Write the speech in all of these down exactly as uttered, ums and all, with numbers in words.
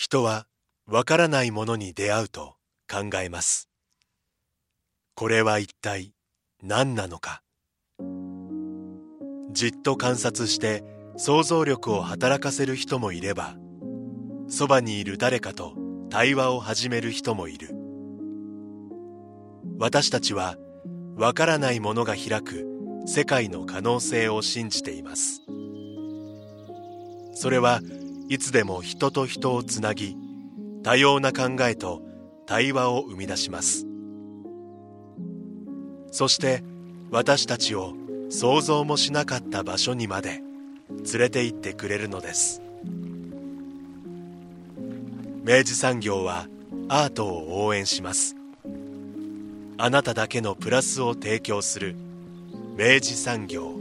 人はわからないものに出会うと考えます。これは一体何なのか。じっと観察して想像力を働かせる人もいれば、そばにいる誰かと対話を始める人もいる。私たちはわからないものが開く世界の可能性を信じています。それはいつでも人と人をつなぎ、多様な考えと対話を生み出します。そして私たちを想像もしなかった場所にまで連れて行ってくれるのです。明治産業はアートを応援します。あなただけのプラスを提供する明治産業。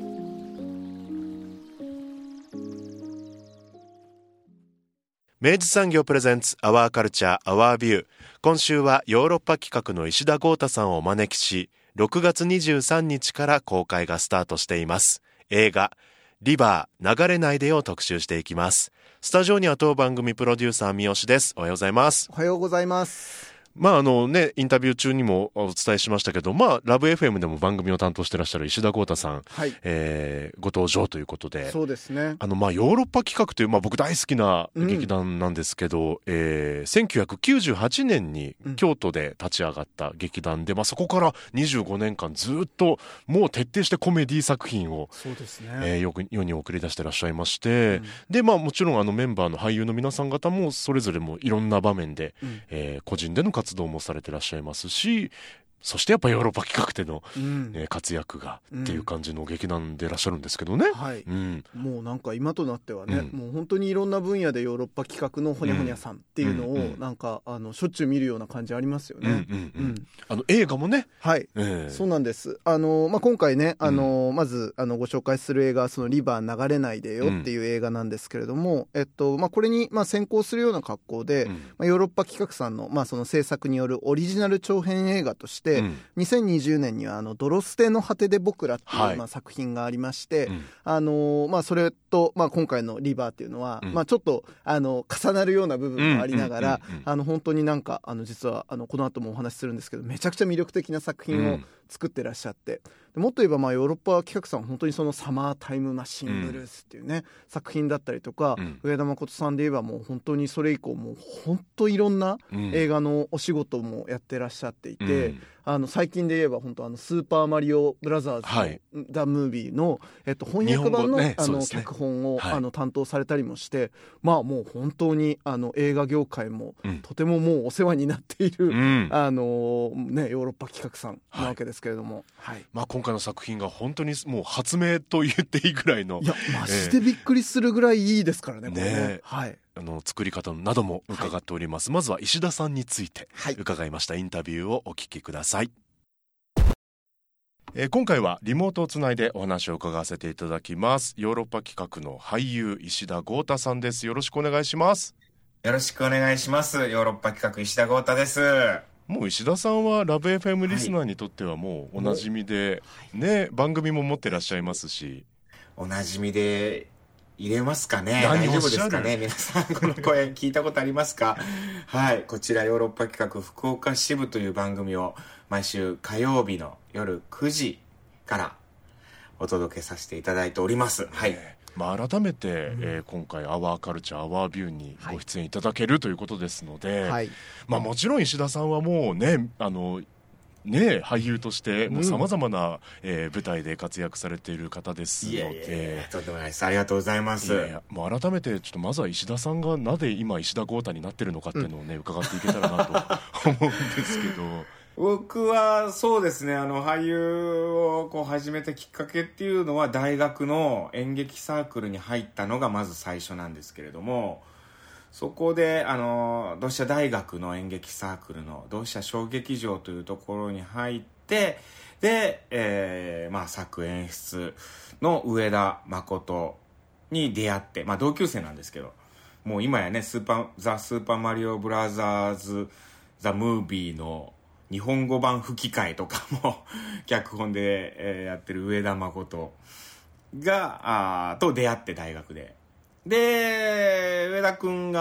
明治産業プレゼンツアワーカルチャーアワービュー。今週はヨーロッパ企画の石田豪太さんをお招きし、ろくがつにじゅうさんにちから公開がスタートしています映画リバー流れないでを特集していきます。スタジオには当番組プロデューサー三好です。おはようございます。 おはようございます。 まああのね、インタビュー中にもお伝えしましたけど、まあラブ エフエム でも番組を担当してらっしゃる石田豪太さん、はい、えー、ご登場ということで、 そうですね。 あのまあヨーロッパ企画という、まあ、僕大好きな劇団なんですけど、うん、えー、せんきゅうひゃくきゅうじゅうはちねんに京都で立ち上がった劇団で、うん、まあ、そこからにじゅうごねんかんずっともう徹底してコメディ作品を、 そうですね、 えー、よく世に送り出してらっしゃいまして、うん、でまあもちろんあのメンバーの俳優の皆さん方もそれぞれもいろんな場面で、うん、えー、個人での活動もされてらっしゃいますし、そしてやっぱヨーロッパ企画での、うんえー、活躍がっていう感じの劇団でいらっしゃるんですけどね、 うん、はい、 うん、 もうなんか今となってはね、 うん、 もう本当にいろんな分野でヨーロッパ企画のほにゃほにゃさんっていうのを、うん、なんかあのしょっちゅう見るような感じありますよね、うんうんうん、 あの映画もね、 はい、えー、そうなんです。あの、まあ、今回ね、あの、うん、まずあのご紹介する映画はそのリバー流れないでよっていう映画なんですけれども、うん、えっとまあ、これにまあ先行するような格好で、うん、まあ、ヨーロッパ企画さんの、まあ、その制作によるオリジナル長編映画として、うん、にせんにじゅうねんにはあのドロステの果てで僕らっていう、はい、まあ、作品がありまして、うん、あのまあ、それと、まあ、今回のリバーっていうのは、うん、まあ、ちょっとあの重なるような部分もありながら、あの本当になんかあの実はあのこの後もお話しするんですけど、めちゃくちゃ魅力的な作品を作ってらっしゃって、でもっと言えばまあヨーロッパ企画さんは本当にそのサマータイムマシンブルースっていうね、うん、作品だったりとか、うん、上田誠さんで言えばもう本当にそれ以降もう本当いろんな映画のお仕事もやってらっしゃっていて、うん、あの最近で言えば本当あのスーパーマリオブラザーズの、はい、ザ・ムービーの、えっと、翻訳版の、ね、あの、ね、脚本を、はい、あの担当されたりもして、まあもう本当にあの映画業界も、うん、とてももうお世話になっている、うん、あのね、ヨーロッパ企画さんなわけですけれども、はいはい、まあ、 今回の作品が本当にもう発明と言っていいぐらいの、 いやマジでびっくりするぐらいいいですからね、えー、これね、ね、はい、 あの作り方なども伺っております、はい、まずは石田さんについて伺いました、はい、インタビューをお聞きください。えー、今回はリモートをつないでお話を伺わせていただきます。ヨーロッパ企画の俳優石田豪太さんです。よろしくお願いします。 よろしくお願いします。ヨーロッパ企画石田豪太です。 もう石田さんはラブ エフエム リスナーにとってはもうおなじみで、はい、ね、番組も持ってらっしゃいますし、 おなじみで入れますかね。大丈夫ですかね。皆さんこの声聞いたことありますか？はい、こちらヨーロッパ企画福岡支部という番組を毎週火曜日の夜くじからお届けさせていただいております。はい。 まあ、改めて、うん、えー、今回アワーカルチャーアワービューにご出演いただけるということですので、はい、まあ、もちろん石田さんはもうね、あのね、俳優としてさまざまな、うん、えー、舞台で活躍されている方ですので、いやいやいや、 とんでもないです。ありがとうございます。 いやいや、もう改めてちょっとまずは石田さんがなぜ今石田豪太になってるのかっていうのをね、うん、伺っていけたらなと思うんですけど僕はそうですね、あの俳優をこう始めたきっかけっていうのは大学の演劇サークルに入ったのがまず最初なんですけれども、そこであの同志社大学の演劇サークルの同志社小劇場というところに入って、で、えーまあ、作演出の上田誠に出会って、まあ、同級生なんですけど、もう今やねスーパーザ・スーパーマリオブラザーズ・ザ・ムービーの日本語版吹き替えとかも脚本で、えー、やってる上田誠があと出会って大学でで上田くんが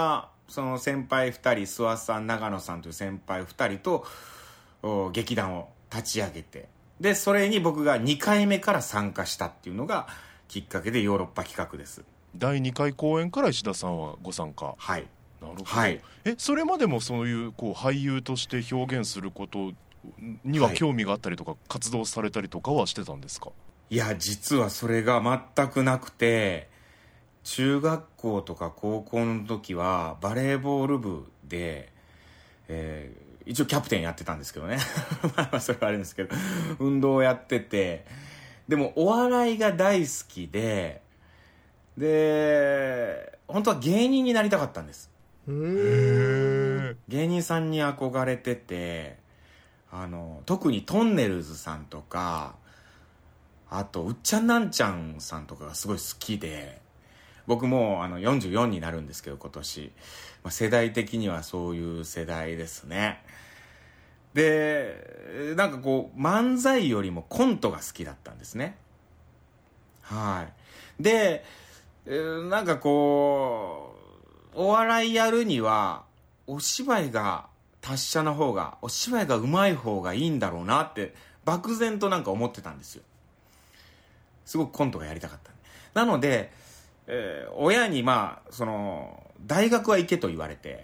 その先輩ふたり、諏訪さん、長野さんという先輩ふたりと劇団を立ち上げて、でそれに僕がにかいめから参加したっていうのがきっかけでヨーロッパ企画です。 だいにかい公演から石田さんはご参加。 はい。 なるほど、 はい、 えそれまでもそういうこう俳優として表現することには興味があったりとか、はい、活動されたりとかはしてたんですか？ いや実はそれが全くなくて、中学校とか高校の時はバレーボール部で、えー、一応キャプテンやってたんですけどねまあそれはあれですけど運動をやってて、でもお笑いが大好きで、で本当は芸人になりたかったんです。 へー、 芸人さんに憧れてて、あの特にトンネルズさんとか、あとうっちゃんなんちゃんさんとかがすごい好きで、僕もあのよんじゅうよんになるんですけど今年、まあ、世代的にはそういう世代ですね。でなんかこう漫才よりもコントが好きだったんですね。はいで、えー、なんかこうお笑いやるにはお芝居が達者な方が、お芝居が上手い方がいいんだろうなって漠然となんか思ってたんですよ。すごくコントがやりたかった。なので、えー、親にまあその大学は行けと言われて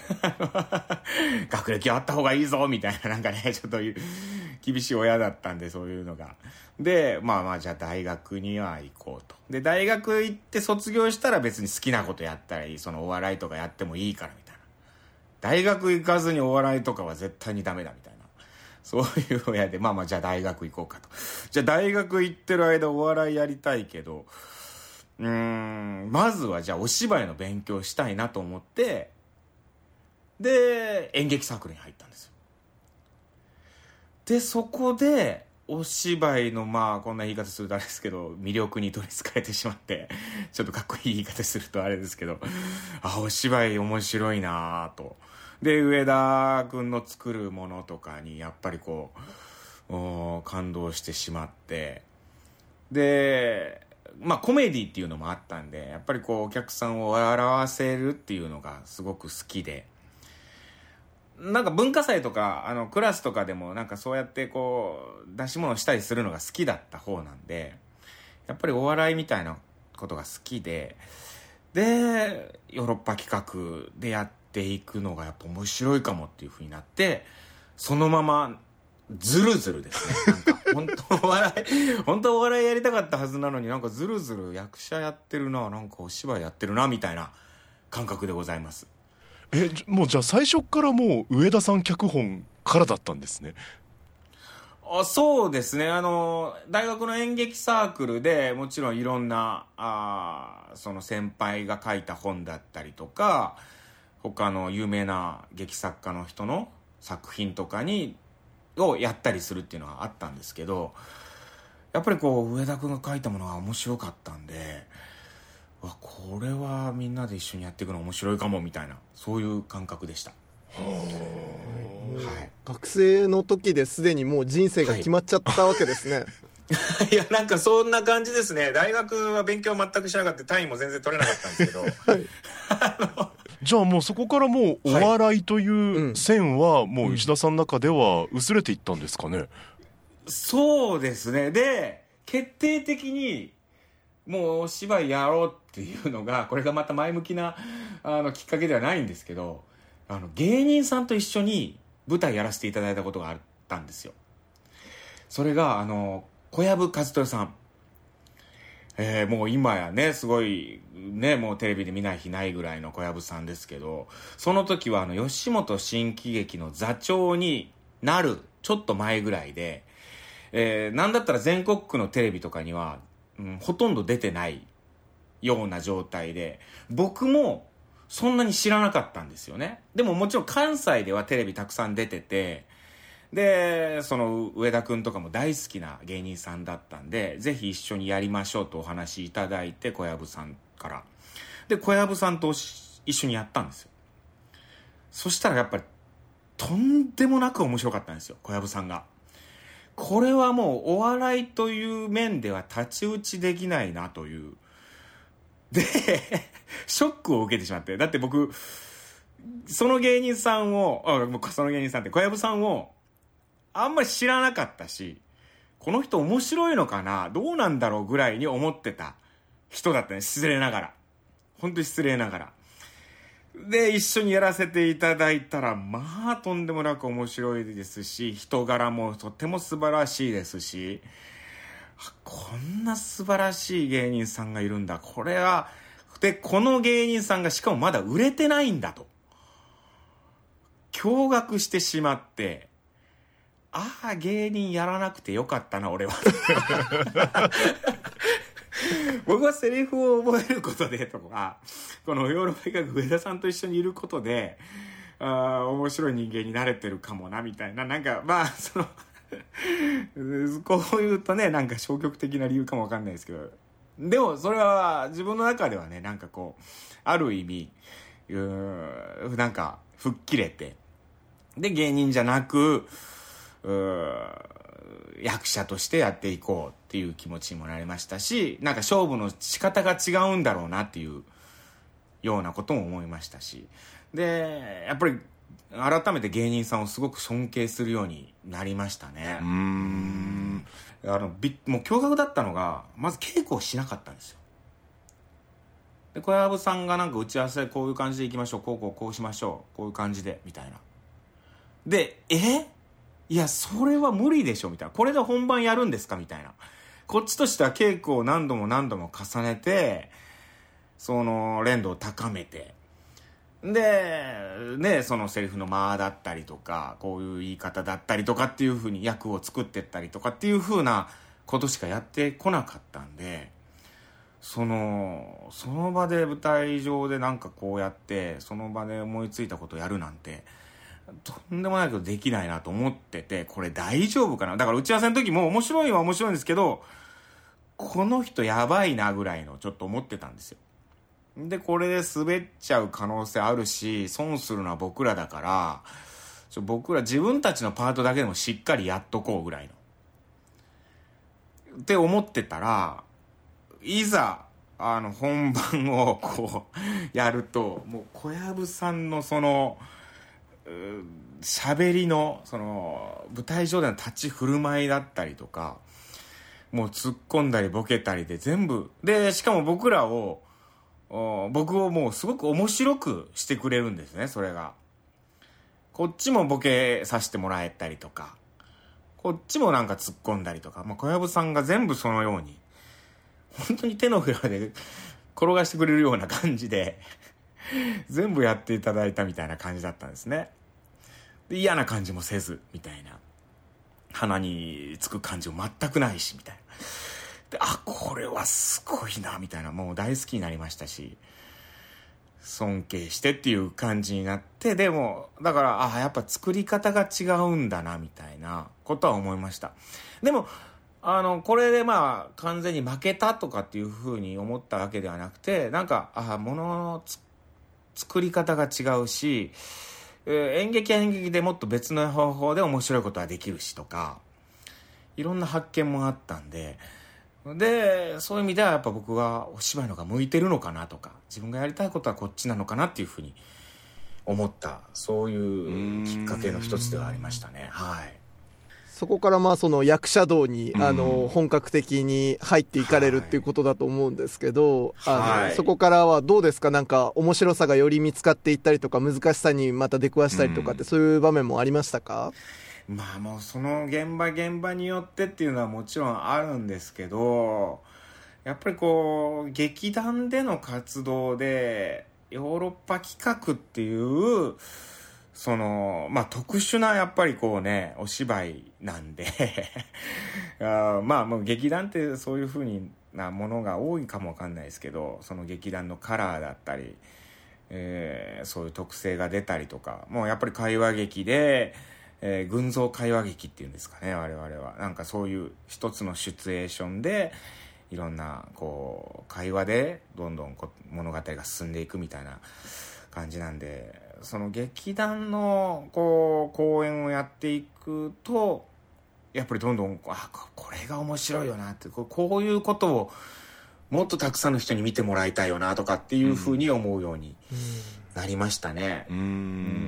学歴はあった方がいいぞみたいな、なんかねちょっと厳しい親だったんで、そういうのが。でまあまあじゃあ大学には行こうと。で大学行って卒業したら別に好きなことやったらいい、そのお笑いとかやってもいいからみたいな。大学行かずにお笑いとかは絶対にダメだみたいな、そういう親で、まあまあじゃあ大学行こうかと。じゃあ大学行ってる間お笑いやりたいけど、うーんまずはじゃあお芝居の勉強したいなと思って、で演劇サークルに入ったんですよ。でそこでお芝居のまあこんな言い方するとあれですけど魅力に取りつかれてしまって、ちょっとかっこいい言い方するとあれですけど、あお芝居面白いなと。で上田君の作るものとかにやっぱりこう感動してしまって、でまあコメディっていうのもあったんで、やっぱりこうお客さんを笑わせるっていうのがすごく好きで、なんか文化祭とかあのクラスとかでもなんかそうやってこう出し物したりするのが好きだった方なんで、やっぱりお笑いみたいなことが好きで、でヨーロッパ企画でやっていくのがやっぱ面白いかもっていう風になって、そのままズルズルですね。なんか本当お笑い本当お笑いやりたかったはずなのに、なんかズルズル役者やってるな、なんかお芝居やってるなみたいな感覚でございます。 えもうじゃあ最初からもう上田さん脚本からだったんですね。 あそうですね、あの大学の演劇サークルでもちろんいろんなあその先輩が書いた本だったりとか、他の有名な劇作家の人の作品とかにをやったりするっていうのはあったんですけど、やっぱりこう上田君が書いたものが面白かったんで、わこれはみんなで一緒にやっていくの面白いかもみたいな、そういう感覚でした。はい、 学生の時ですでにもう人生が決まっちゃったわけですね。 はい、いやなんかそんな感じですね。大学は勉強全くしなかった単位も全然取れなかったんですけど、はい、 あのじゃあもうそこからもうお笑いという線はもう石田さんの中では薄れていったんですかね。うん、 そうですね。で決定的にもうお芝居やろうっていうのが、これがまた前向きなあのきっかけではないんですけど、あの芸人さんと一緒に舞台やらせていただいたことがあったんですよ。それがあの小籔千豊さん、えー、もう今やねすごいね、もうテレビで見ない日ないぐらいの小籔さんですけど、その時はあの吉本新喜劇の座長になるちょっと前ぐらいで、えー、なんだったら全国区のテレビとかには、うん、ほとんど出てないような状態で、僕もそんなに知らなかったんですよね。でももちろん関西ではテレビたくさん出てて、でその上田くんとかも大好きな芸人さんだったんで、ぜひ一緒にやりましょうとお話いただいて、小籔さんからで小籔さんと一緒にやったんですよ。そしたらやっぱりとんでもなく面白かったんですよ、小籔さんが。これはもうお笑いという面では太刀打ちできないなというでショックを受けてしまって、だって僕その芸人さんをあその芸人さんって小籔さんをあんまり知らなかったし、この人面白いのかな、どうなんだろうぐらいに思ってた人だったね。失礼ながら、本当に失礼ながらで一緒にやらせていただいたら、まあとんでもなく面白いですし、人柄もとても素晴らしいですし、こんな素晴らしい芸人さんがいるんだ、これはでこの芸人さんがしかもまだ売れてないんだと驚愕してしまって、ああ芸人やらなくてよかったな俺は僕はセリフを覚えることでとか、このヨーロッパ企画上田さんと一緒にいることで、あ面白い人間になれてるかもなみたいな、なんかまあそのこう言うとね、なんか消極的な理由かもわかんないですけど、でもそれは自分の中ではね、なんかこうある意味うーなんか吹っ切れて、で芸人じゃなくう役者としてやっていこうっていう気持ちにもなりましたし、なんか勝負の仕方が違うんだろうなっていうようなことも思いましたし、でやっぱり改めて芸人さんをすごく尊敬するようになりましたね。うーんあのびもう驚愕だったのが、まず稽古をしなかったんですよ。で小籔さんがなんか打ち合わせこういう感じでいきましょう、こうこうこうしましょう、こういう感じでみたいな。でえいやそれは無理でしょみたいな、これで本番やるんですかみたいな。こっちとしては稽古を何度も何度も重ねて、その練度を高めて、でね、そのセリフの間だったりとか、こういう言い方だったりとかっていう風に役を作ってったりとかっていう風なことしかやってこなかったんで、そのその場で舞台上でなんかこうやってその場で思いついたことをやるなんてとんでもないけどできないなと思ってて、これ大丈夫かな。だから打ち合わせの時も面白いは面白いんですけど、この人やばいなぐらいのちょっと思ってたんですよ。でこれで滑っちゃう可能性あるし、損するのは僕らだから、ちょ僕ら自分たちのパートだけでもしっかりやっとこうぐらいのって思ってたら、いざあの本番をこうやると、もう小籔さんのその喋りのその舞台上での立ち振る舞いだったりとか、もう突っ込んだりボケたりで全部で、しかも僕らを僕をもうすごく面白くしてくれるんですね。それがこっちもボケさせてもらえたりとか、こっちもなんか突っ込んだりとか、まあ、小籔さんが全部そのように本当に手のひらで転がしてくれるような感じで全部やっていただいたみたいな感じだったんですね。で嫌な感じもせずみたいな、鼻につく感じも全くないしみたいなで、あこれはすごいなみたいな、もう大好きになりましたし、尊敬してっていう感じになって、でもだからあやっぱ作り方が違うんだなみたいなことは思いました。でもあのこれでまあ完全に負けたとかっていう風に思ったわけではなくて、なんかあ物のつ作り方が違うし、えー、演劇は演劇でもっと別の方法で面白いことはできるしとか、いろんな発見もあったんで、でそういう意味ではやっぱ僕がお芝居の方が向いてるのかなとか、自分がやりたいことはこっちなのかなっていうふうに思った、そういうきっかけの一つではありましたね。はい。 そこからまあその役者道にあの本格的に入っていかれるっていうことだと思うんですけど、あのそこからはどうですか、なんか面白さがより見つかっていったりとか、難しさにまた出くわしたりとかって、そういう場面もありましたか？ まあもうその現場現場によってっていうのはもちろんあるんですけど、やっぱりこう劇団での活動でヨーロッパ企画っていうそのまあ特殊なやっぱりこうねお芝居なんであまあもう劇団ってそういう風なものが多いかもわかんないですけど、その劇団のカラーだったり、えー、そういう特性が出たりとか、もうやっぱり会話劇で、えー、群像会話劇っていうんですかね、我々はなんかそういう一つのシチュエーションでいろんなこう会話でどんどんこ物語が進んでいくみたいな感じなんで、その劇団のこう公演をやっていくとやっぱりどんどんあこれが面白いよなって、こういうことをもっとたくさんの人に見てもらいたいよなとかっていうふうに思うようになりましたね。 うーん、うん、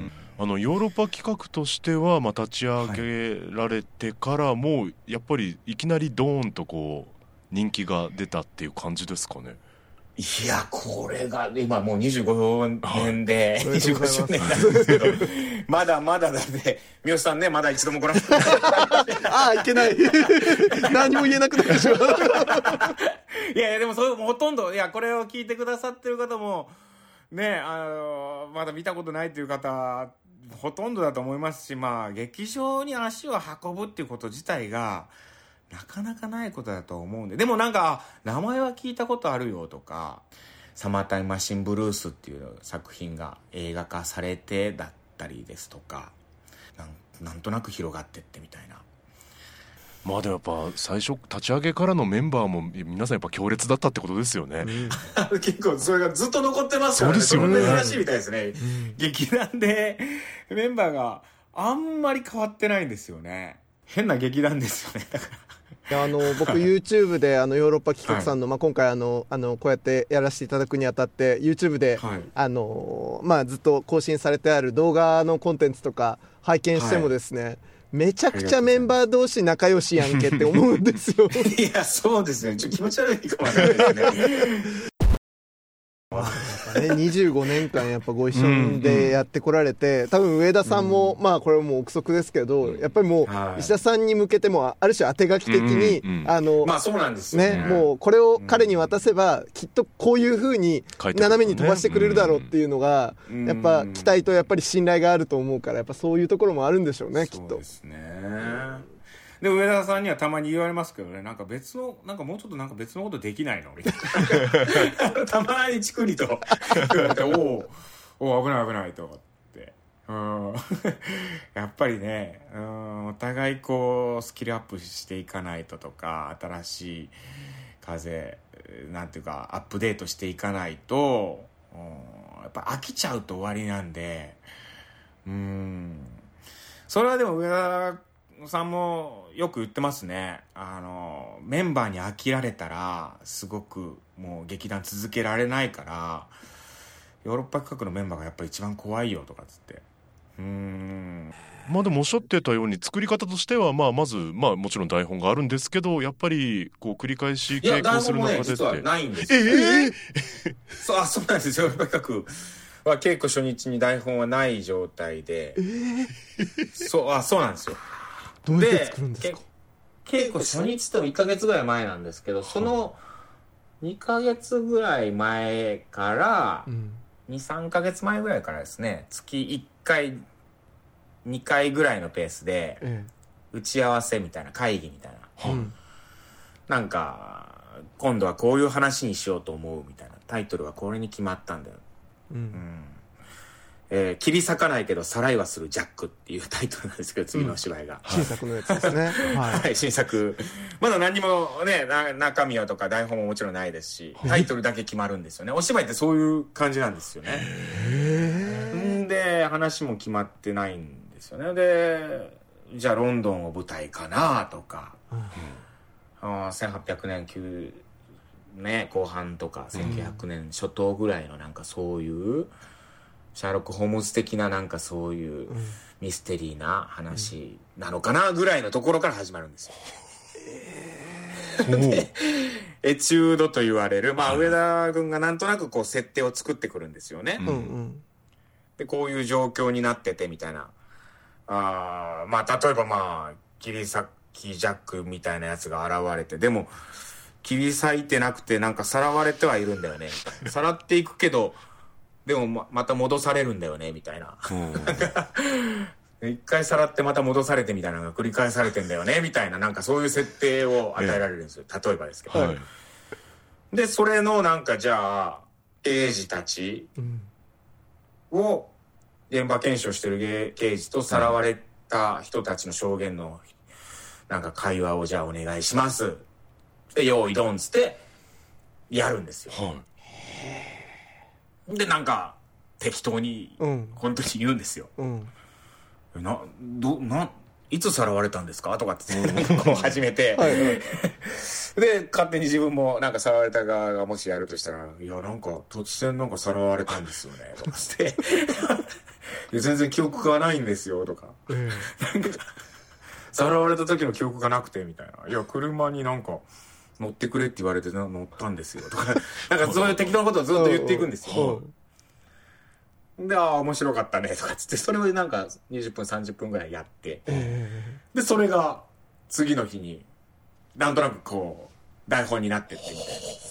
あのヨーロッパ企画としては、まあ、立ち上げられてからも、はい、やっぱりいきなりドーンとこう人気が出たっていう感じですかね。 いや、これが今もうにじゅうごねんで、はい、にじゅうごしゅうねんなんですけどまだまだだって三好さんね、まだ一度もご覧になってないああ、いけない何も言えなくなってしまういやいや、でもそうほとんど、いや、これを聞いてくださってる方もね、あのまだ見たことないという方ほとんどだと思いますし、まあ劇場に足を運ぶっていうこと自体がなかなかないことだと思うんで、でもなんか名前は聞いたことあるよとか、サマータイムマシンブルースっていう作品が映画化されてだったりですとか、なん、なんとなく広がってってみたいな。 まあでもやっぱ最初立ち上げからのメンバーも皆さんやっぱ強烈だったってことですよね、 うん、結構それがずっと残ってますからね。 そうですよね。 珍しいみたいですね、うん、劇団でメンバーがあんまり変わってないんですよね。変な劇団ですよね。だからあの僕 YouTube であのヨーロッパ企画さんの、はい、まあ、今回あのあのこうやってやらせていただくにあたって YouTube で、はい、あのまあ、ずっと更新されてある動画のコンテンツとか拝見してもですね、はい、めちゃくちゃメンバー同士仲良しやんけって思うんですよいや、そうですね、ちょっと気持ち悪いかもしれないですねね、にじゅうごねんかんやっぱご一緒でやってこられて、多分上田さんも、うん、まあこれも憶測ですけど、やっぱりもう石田さんに向けてもある種当て書き的に、うんうん、あの、 まあそうなんですよね。 ね、もうこれを彼に渡せば、きっとこういう風に斜めに飛ばしてくれるだろうっていうのが、やっぱ期待とやっぱり信頼があると思うから、やっぱそういうところもあるんでしょうね、きっと。 そうですね。で上田さんにはたまに言われますけどね、なんか別のなんかもうちょっとなんか別のことできないのみたいなたまにチクリと言われて、おお危ない危ないと思って、うんやっぱりね、うん、お互いこうスキルアップしていかないととか、新しい風なんていうかアップデートしていかないと、うん、やっぱ飽きちゃうと終わりなんで、うん、それはでも上田さんもよく言ってますね。あのメンバーに飽きられたらすごくもう劇団続けられないから、ヨーロッパ企画のメンバーがやっぱり一番怖いよとかっつって、うーん、 まあでもおっしゃってたように作り方としては、まあまずまあもちろん台本があるんですけど、やっぱりこう繰り返し稽古する中でって、 いや台本もね実はないんですよ。えー、そうあそうなんですよ。ヨーロッパ企画は稽古初日に台本はない状態で、えー、そうあそうなんですよ。 どうやって作るんですか？ 稽古初日といっかげつぐらい前なんですけど、そのにかげつぐらい前から、うん、にさんかげつまえぐらいからですね、月いっかいにかいぐらいのペースで、ええ、打ち合わせみたいな会議みたいな、うん、なんか今度はこういう話にしようと思うみたいな、タイトルはこれに決まったんだよ、うんうんえー、切り裂かないけどさらいはするジャックっていうタイトルなんですけど、次の芝居が、うん、 新作のやつですねはい、はい、新作まだ何にもね中身はとか台本ももちろんないですし、タイトルだけ決まるんですよね。お芝居ってそういう感じなんですよね。んで話も決まってないんですよね。でじゃあロンドンを舞台かなとか、うん、あせんはっぴゃくねんきゅうね後半とかせんきゅうひゃくねん初頭ぐらいのなんかそういうシャーロック・ホームズ的ななんかそういうミステリーな話なのかなぐらいのところから始まるんですよ。でエチュードと言われる、まあ、上田君がなんとなくこう設定を作ってくるんですよね、うんうん、でこういう状況になっててみたいな、あ、まあ、例えばまあ切り裂きジャックみたいなやつが現れて、でも切り裂いてなくてなんかさらわれてはいるんだよねみたいな、さらっていくけどでも ま, また戻されるんだよねみたいな、うん、一回さらってまた戻されてみたいなのが繰り返されてんだよねみたいな、なんかそういう設定を与えられるんですよ、例えばですけど、はい、でそれのなんかじゃあ刑事たちを現場検証してる刑事とさらわれた人たちの証言のなんか会話をじゃあお願いしますで用意ドンつってやるんですよ、はい、でなんか適当に本当に言うんですよ、うん、などないつさらわれたんですかとかってこう始めてはい、はい、で勝手に自分もなんかさらわれた側がもしやるとしたら、いやなんか突然なんかさらわれたんですよねとかしていや全然記憶がないんですよとか、えー、なんかさらわれた時の記憶がなくてみたいな、いや車になんか乗ってくれって言われて乗ったんですよとかなんかそういう適当なことをずっと言っていくんですよで、ああ面白かったねとかつって、それをなんかにじゅっぷんさんじゅっぷんぐらいやって、えー、でそれが次の日になんとなくこう台本になってってみたい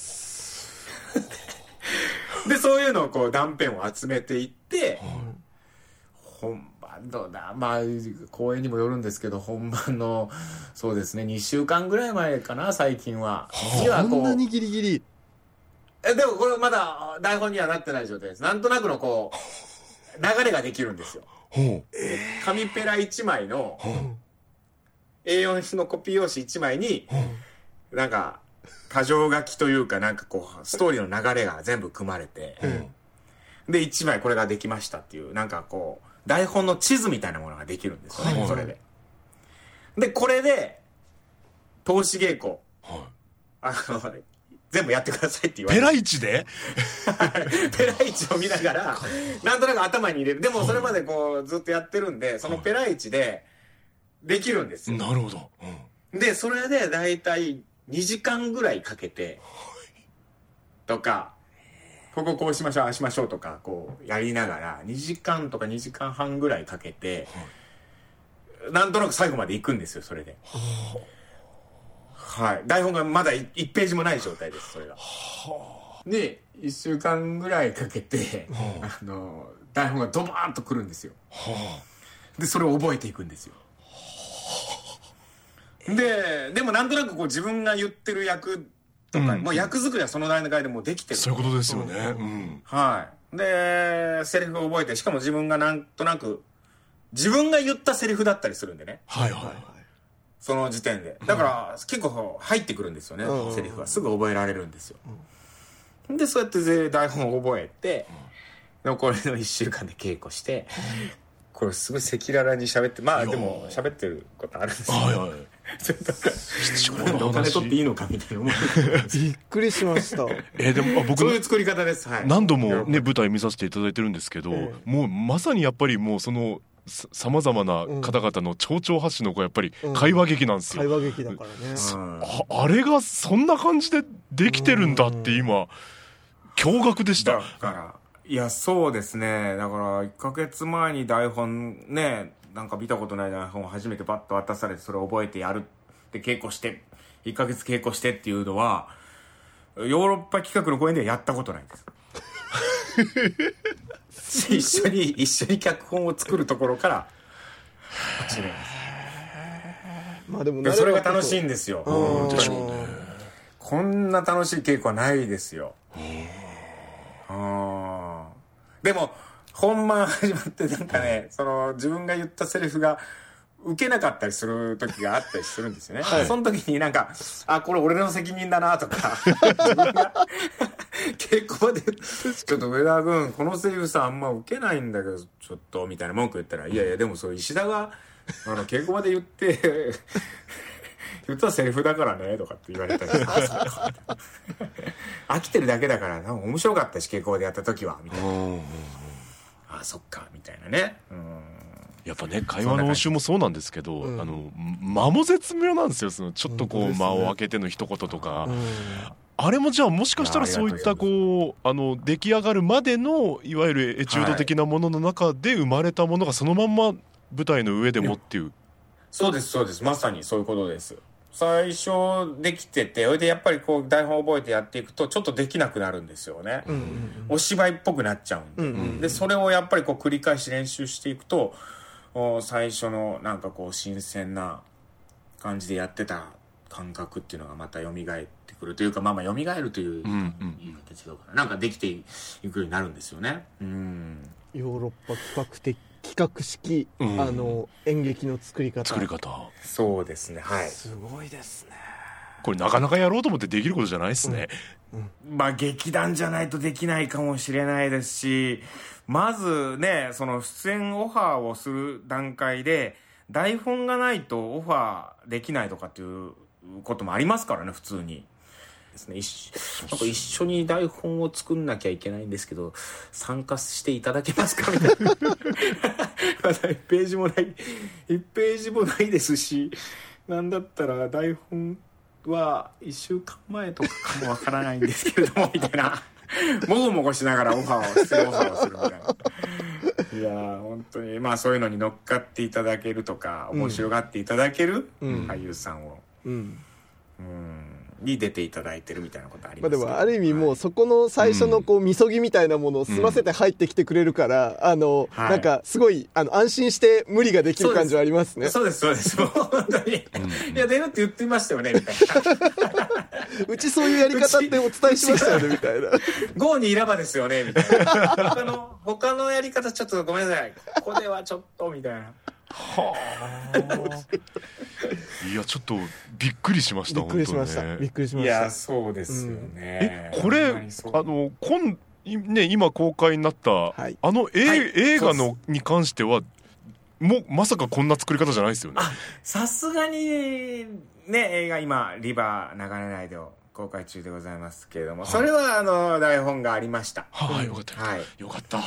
なでそういうのをこう断片を集めていって、うん、本番どうだまあ公演にもよるんですけど、本番のそうですねにしゅうかんぐらい前かな最近は。 次はこうこんなにギリギリ。 えでもこれまだ台本にはなってない状態です。なんとなくのこう流れができるんですよ。紙ペラいちまいの エーよん のコピー用紙いちまいになんか箇条書きというかなんかこうストーリーの流れが全部組まれて、でいちまいこれができましたっていうなんかこう台本の地図みたいなものができるんですよね、それで。でこれで通し稽古、あの全部やってくださいって言われて。 ペライチでペライチを見ながら、なんとなく頭に入れる。でもそれまでこうずっとやってるんで、そのペライチでできるんですよ。 なるほど。 うん、で、それでだいたいにじかんぐらいかけて、とか、こここうしましょう、ああしましょうとか、こうやりながら、にじかんとかにじかんはんぐらいかけて、なんとなく最後まで行くんですよ、それで。はい、台本がまだいちページもない状態です、それが。でいっしゅうかんぐらいかけてあの台本がドバーンとくるんですよ。でそれを覚えていくんですよ。ででもなんとなくこう自分が言ってる役とか、うん、もう役作りはその段階でもうできてる。 そういうことですよね、うん、 はいでセリフを覚えて、しかも自分がなんとなく自分が言ったセリフだったりするんでね。 はいはい、 その時点でだから、うん、結構入ってくるんですよね、うん、セリフがすぐ覚えられるんですよ、うん、でそうやって台本を覚えて、うん、残りのいっしゅうかんで稽古して、うん、これすごい赤裸々に喋ってまあでも喋ってることあるんですよ、はいはい、ちょっとお金取っていいのかみたいな思ってびっくりしましたえー、でも僕そういう作り方です、はい、 何度もね舞台見させていただいてるんですけど、えー、もうまさにやっぱりもうそのさまざまな方々の丁々発止のやっぱり会話劇なんですよ、 うん、会話劇だからね、 うん、あ, あれがそんな感じでできてるんだって今驚愕でした。 だからいやそうですね、だからいっかげつまえに台本ね、なんか見たことない台本を初めてバッと渡されて、それを覚えてやるって稽古していっかげつ稽古してっていうのはヨーロッパ企画の公演ではやったことないです一緒に一緒に脚本を作るところから始めます。まあでもそれが楽しいんですよ。 でしょうね。 こんな楽しい稽古はないですよ。あでも本番始まってなんかね、その自分が言ったセリフが受けなかったりする時があったりするんですよね、はい、その時になんかあこれ俺の責任だなとか自分が稽古場でちょっと上田君このセリフさあんま受けないんだけどちょっとみたいな文句言ったら、いやいやでもそう石田があの稽古場で言って言ったセリフだからねとかって言われたり飽きてるだけだからなんか面白かったし稽古場でやった時はみたいな、ああそっかみたいなね。うんやっぱね会話の応酬もそうなんですけど、うん、あの間も絶妙なんですよ。そのちょっとこう間を空けての一言とか、うん、あれもじゃあもしかしたらそういったこうあの出来上がるまでのいわゆるエチュード的なものの中で生まれたものがそのまんま舞台の上でもっていう、 そうですそうです、まさにそういうことです。最初できてて、それでやっぱりこう台本を覚えてやっていくとちょっとできなくなるんですよね、うんうんうん、お芝居っぽくなっちゃうんで、うんうん、でそれをやっぱりこう繰り返し練習していくと最初のなんかこう新鮮な感じでやってた感覚っていうのがまた蘇ってくるというか、まあまあ蘇るという言い方違うかな、なんかできていくようになるんですよね。うん、 ヨーロッパ企画的企画式、うん、あの演劇の作り方作り方そうですね、はい、 すごいですね。 これなかなかやろうと思ってできることじゃないですね、 うんうん、まあ劇団じゃないとできないかもしれないですし、まずねその出演オファーをする段階で台本がないとオファーできないとかっていうこともありますからね、普通にですね。一なんか一緒に台本を作んなきゃいけないんですけど参加していただけますかみたいなまだいちページもないいちページもないですし、なんだったら台本はいっしゅうかんまえとかかもわからないんですけれどもみたいなもごもごしながらオファーをするオファーをするみたいな。いやー本当にまあそういうのに乗っかっていただけるとか面白がっていただける俳優さんを、うんうんに出ていただいてるみたいなことありますけど、 まあ、でもある意味もうそこの最初のこうみそぎみたいなものを済ませて入ってきてくれるから、うん、あの、はい、なんかすごいあの安心して無理ができる感じはありますね。 そうですそうですそうですもう本当に、うん、いや出るって言ってましたよねみたいなうちそういうやり方ってお伝えしましたよねみたいなゴーにいらばですよねみたいな他の他のやり方ちょっとごめんなさいここではちょっとみたいなはあいやちょっとびっくりしました。 びっくりしました、ね、びっくりしました。 いやそうですよね、うん、 えこれあの今、ね、今公開になった、はい、あの、A はい、映画のに関してはもうまさかこんな作り方じゃないですよね。 さすがにね映画今リバー流れないでを公開中でございますけれども、はい、それはあの台本がありました。 はい、よかった、はい、よかった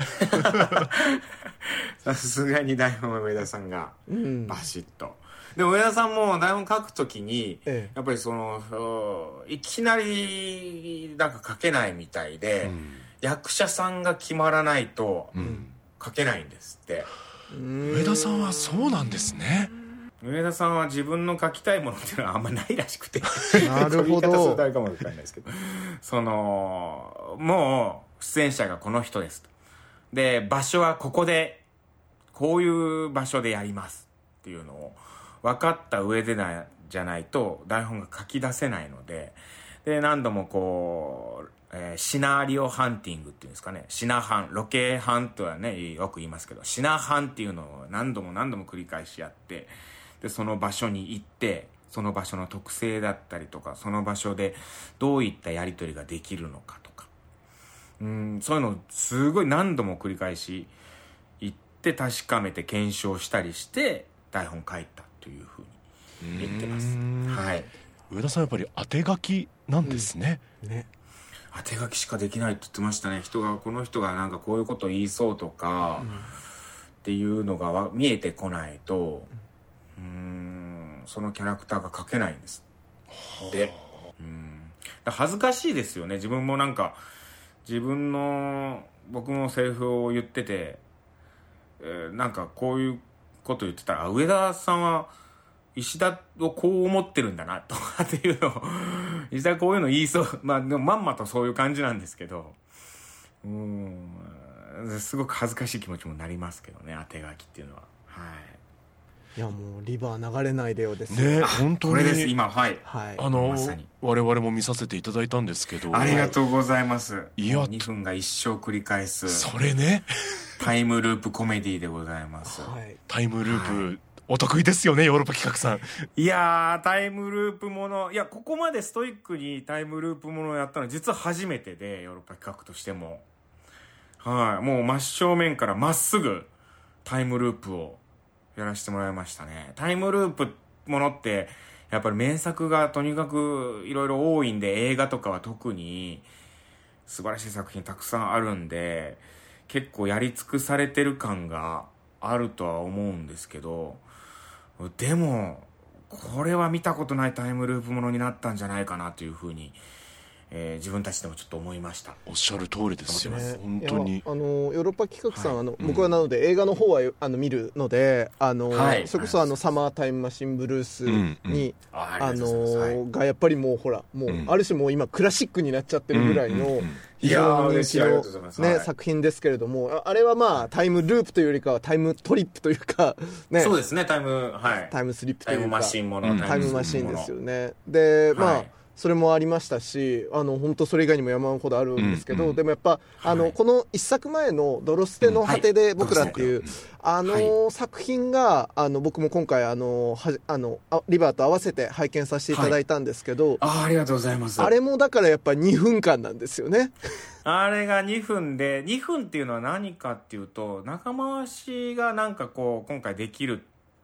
さすがに台本は上田さんがバシッと、うん、でも上田さんも台本書くときに、ええ、やっぱりそのいきなりなんか書けないみたいで、うん、役者さんが決まらないと書けないんですって、 うん、上田さんはそうなんですね。 上田さんは自分の書きたいものっていうのはあんまないらしくてなるほどそういう言い方するとあれかもしれないですけどそのもう出演者がこの人ですとで場所はここでこういう場所でやりますっていうのを分かった上でなじゃないと台本が書き出せないので、で何度もこう、えー、シナリオハンティングっていうんですかね、シナハンロケハンとはねよく言いますけどシナハンっていうのを何度も何度も繰り返しやってでその場所に行ってその場所の特性だったりとかその場所でどういったやり取りができるのかとかうんそういうのをすごい何度も繰り返し言って確かめて検証したりして台本書いたというふうに言ってます。はい、 上田さんやっぱり当て書きなんですね、うん、ね当て書きしかできないって言ってましたね。人がこの人がなんかこういうこと言いそうとか、うん、っていうのが見えてこないと、うん、うーんそのキャラクターが描けないんですで、うん恥ずかしいですよね。自分もなんか自分の僕もセリフを言ってて、えー、なんかこういうこと言ってたら上田さんは石田をこう思ってるんだなとかっていうのを石田こういうの言いそうまあでもまんまとそういう感じなんですけど、うーんすごく恥ずかしい気持ちもなりますけどね当て書きっていうのは。はいいやもうリバー流れないでよですね。本当にこれです今はい、 はい、あのまさに我々も見させていただいたんですけどありがとうございます。いやにふんが一生繰り返すそれねタイムループコメディでございます、 はい、タイムループ、はい、お得意ですよねヨーロッパ企画さん。 いやータイムループものいやここまでストイックにタイムループものをやったのは実は初めてでヨーロッパ企画としてもはいもう真正面からまっすぐタイムループをやらせてもらいましたね。タイムループものってやっぱり名作がとにかくいろいろ多いんで映画とかは特に素晴らしい作品たくさんあるんで結構やり尽くされてる感があるとは思うんですけどでもこれは見たことないタイムループものになったんじゃないかなというふうにえー、自分たちでもちょっと思いました。 おっしゃる通りですよ、ね、本当にあのヨーロッパ企画さん、はい、あの僕はなので映画の方はあの見るのであの、はい、それこそあのサマータイムマシンブルースに、うんうん、ああの、はい、がやっぱりもうほらもう、うん、ある種もう今クラシックになっちゃってるぐらいの非常に人気の、ね、作品ですけれどもあれはまあタイムループというよりかはタイムトリップというか、ね、 そうですねタイム、はい、 タイムスリップというかタイムマシンもの、うん、 タイムマシンですよね。でまあ、はいそれもありましたしあの本当それ以外にも山ほどあるんですけど、うんうん、でもやっぱあの、はい、この一作前の「泥捨ての果てで僕ら」っていう、うんはい、あの、はい、作品があの僕も今回あのはあのリバーと合わせて拝見させていただいたんですけど、 はい、あ, ありがとうございます。 あれもだからやっぱにふんかんなんですよねあれがにふんでにふんっていうのは何かっていうと仲間足がなんかこう今回できるっ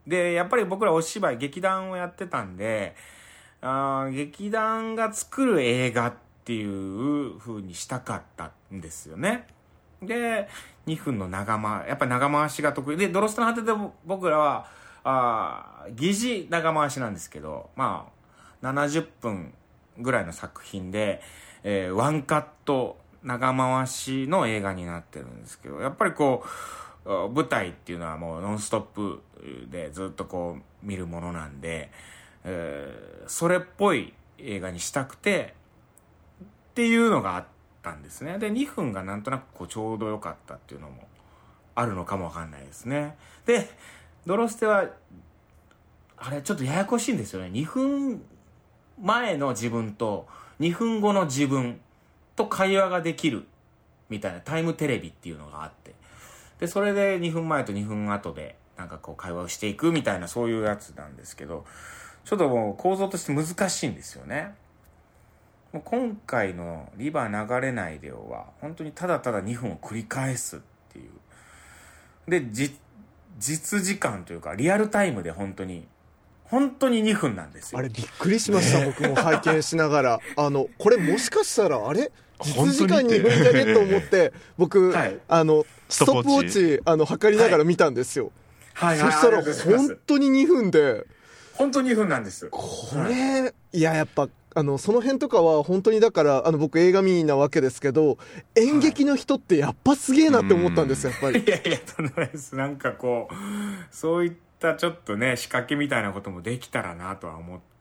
でやっぱり僕らお芝居劇団をやってたんで、あ劇団が作る映画っていう風にしたかったんですよね。でにふんの長回やっぱり長回しが得意で、ドロストの果てで僕らはあ疑似長回しなんですけど、まあななじゅっぷんぐらいの作品で、えー、ワンカット長回しの映画になってるんですけど、やっぱりこう舞台っていうのはもうノンストップでずっとこう見るものなんで、えー、それっぽい映画にしたくてっていうのがあったんですね。でにふんがなんとなくこうちょうど良かったっていうのもあるのかもわかんないですね。でドロステはあれちょっとややこしいんですよね。にふんまえの自分とにふんごの自分と会話ができるみたいなタイムテレビっていうのがあって、でそれでにふんまえとにふんごでなんかこう会話をしていくみたいな、そういうやつなんですけど、ちょっともう構造として難しいんですよね。もう今回のリバー流れないでは本当にただただにふんを繰り返すっていう、でじ実時間というかリアルタイムで本当に本当ににふんなんですよ。 あれびっくりしました、ね、僕も拝見しながらあのこれもしかしたらあれ実時間にふんじゃねと思って僕、はい、あのストップウォッチあの測りながら見たんですよ、はいはい、そしたら本当ににふんで本当ににふんなんです。 これ、はい、いややっぱあのその辺とかは本当にだからあの僕映画見なわけですけど、演劇の人ってやっぱすげえなって思ったんですよ、やっぱり。 いやいやとんでもないです。なんかこうそういったちょっとね仕掛けみたいなこともできたらなとは思って、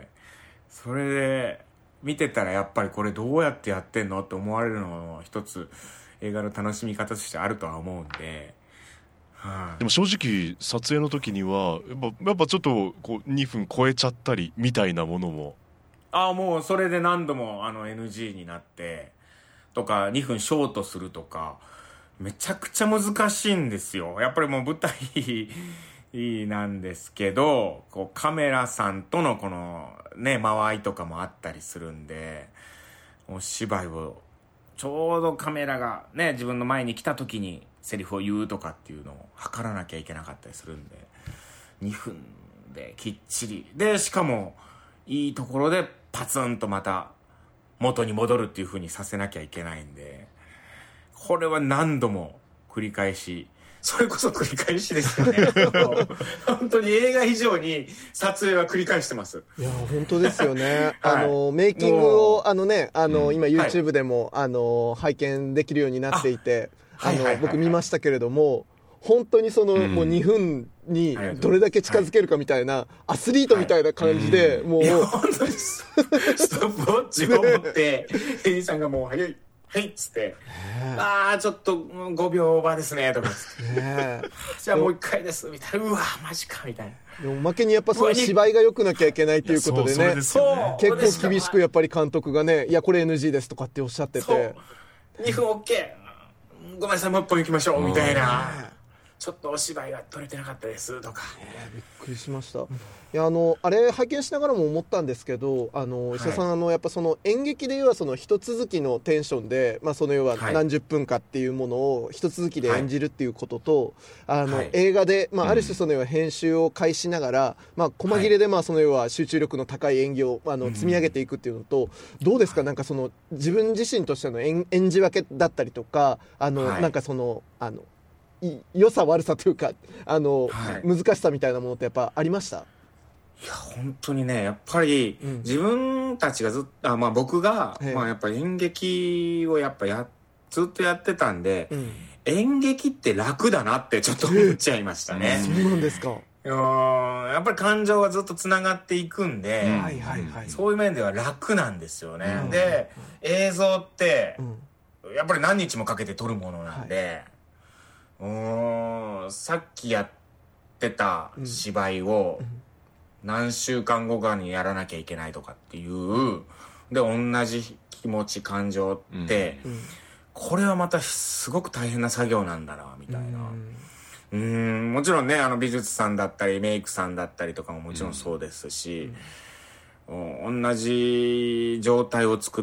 それで見てたらやっぱりこれどうやってやってんのって思われるのも一つ映画の楽しみ方としてあるとは思うんで、 はあ、でも正直撮影の時にはやっぱ、やっぱちょっとこうにふん超えちゃったりみたいなものも、 ああもうそれで何度もあの エヌジー になってとかにふんショートするとかめちゃくちゃ難しいんですよ。やっぱりもう舞台なんですけど、こうカメラさんとのこのね間合いとかもあったりするんで、お芝居をちょうどカメラがね自分の前に来た時にセリフを言うとかっていうのを測らなきゃいけなかったりするんで、にふんできっちりで、しかもいいところでパツンとまた元に戻るっていう風にさせなきゃいけないんで、これは何度も繰り返し、それこそ繰り返しですよね。本当に映画以上に撮影は繰り返してます。 いや本当ですよね。はい、あのメイキングをあのねあの、うん、今 YouTube でも、はい、あの拝見できるようになっていて、あの、はいはいはいはい、僕見ましたけれども。本当にその、うん、もうにふんにどれだけ近づけるかみたいな、はい、アスリートみたいな感じで、はい、もう本当にストップウォッチを持って店員さんがもう早いはいっつって、ああちょっとごびょうオーバーですねとかつって、じゃあもう一回ですみたいな、うわマジかみたいな。 でもおまけにやっぱその芝居が良くなきゃいけないっていうことでね、結構厳しくやっぱり監督がね、いやこれ エヌジー ですとかっておっしゃってて、 にふん OK ごめんなさいもう一本行きましょうみたいな、ちょっとお芝居が撮れてなかったですとか、 えー、びっくりしました。いやあのあれ拝見しながらも思ったんですけど、あの石田さん、はい、あのやっぱその演劇でいうはその一続きのテンションで、まあ、その要は何十分かっていうものを一続きで演じるっていうことと、はい、あの、はい、映画で、まあ、ある種その要は編集を介しながら、まあ、細切れでまあその要は集中力の高い演技をあの積み上げていくっていうのと、うん、どうですか、なんかその自分自身としての 演, 演じ分けだったりとか、あの、はい、なんかそのあの良さ悪さというかあの、はい、難しさみたいなものってやっぱありました？ いや本当にねやっぱり、うん、自分たちがずっとあ、まあ、僕が、まあ、やっぱ演劇をやっぱやずっとやってたんで、うん、演劇って楽だなってちょっと思っちゃいましたね。 そうなんですか。 やっぱり感情がずっとつながっていくんで、うんはいはいはい、そういう面では楽なんですよね、うん、で、うん、映像って、うん、やっぱり何日もかけて撮るものなんで、はい、うーんさっきやってた芝居を何週間後かにやらなきゃいけないとかっていうで同じ気持ち感情って、うん、これはまたすごく大変な作業なんだなみたいな、うん、うーんもちろんねあの美術さんだったりメイクさんだったりとかももちろんそうですし、うん、同じ状態を作って、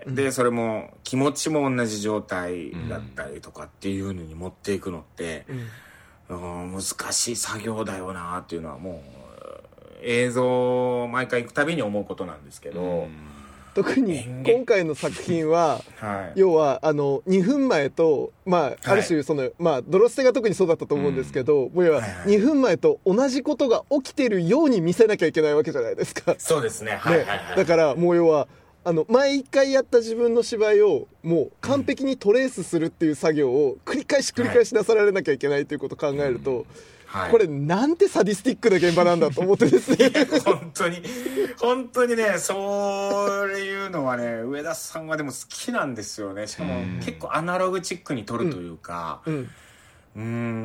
うん、でそれも気持ちも同じ状態だったりとかっていうのに持っていくのって、 うん、難しい作業だよなっていうのはもう映像毎回行くたびに思うことなんですけど、うん、 特に今回の作品は、はい、要はあのにふんまえと、まあ、ある種その、はい、まあ、ドロステが特にそうだったと思うんですけど、うん、もう要はにふんまえと同じことが起きてるように見せなきゃいけないわけじゃないですか。 そうですね、はいはいはい、 ね、だからもう要はあの前一回やった自分の芝居をもう完璧にトレースするっていう作業を繰り返し繰り返しなさられなきゃいけないということを考えると、はい、これなんてサディスティックな現場なんだと思ってですね本当に本当にね、そういうのはね上田さんはでも好きなんですよね。しかも結構アナログチックに撮るというか、うん、うん、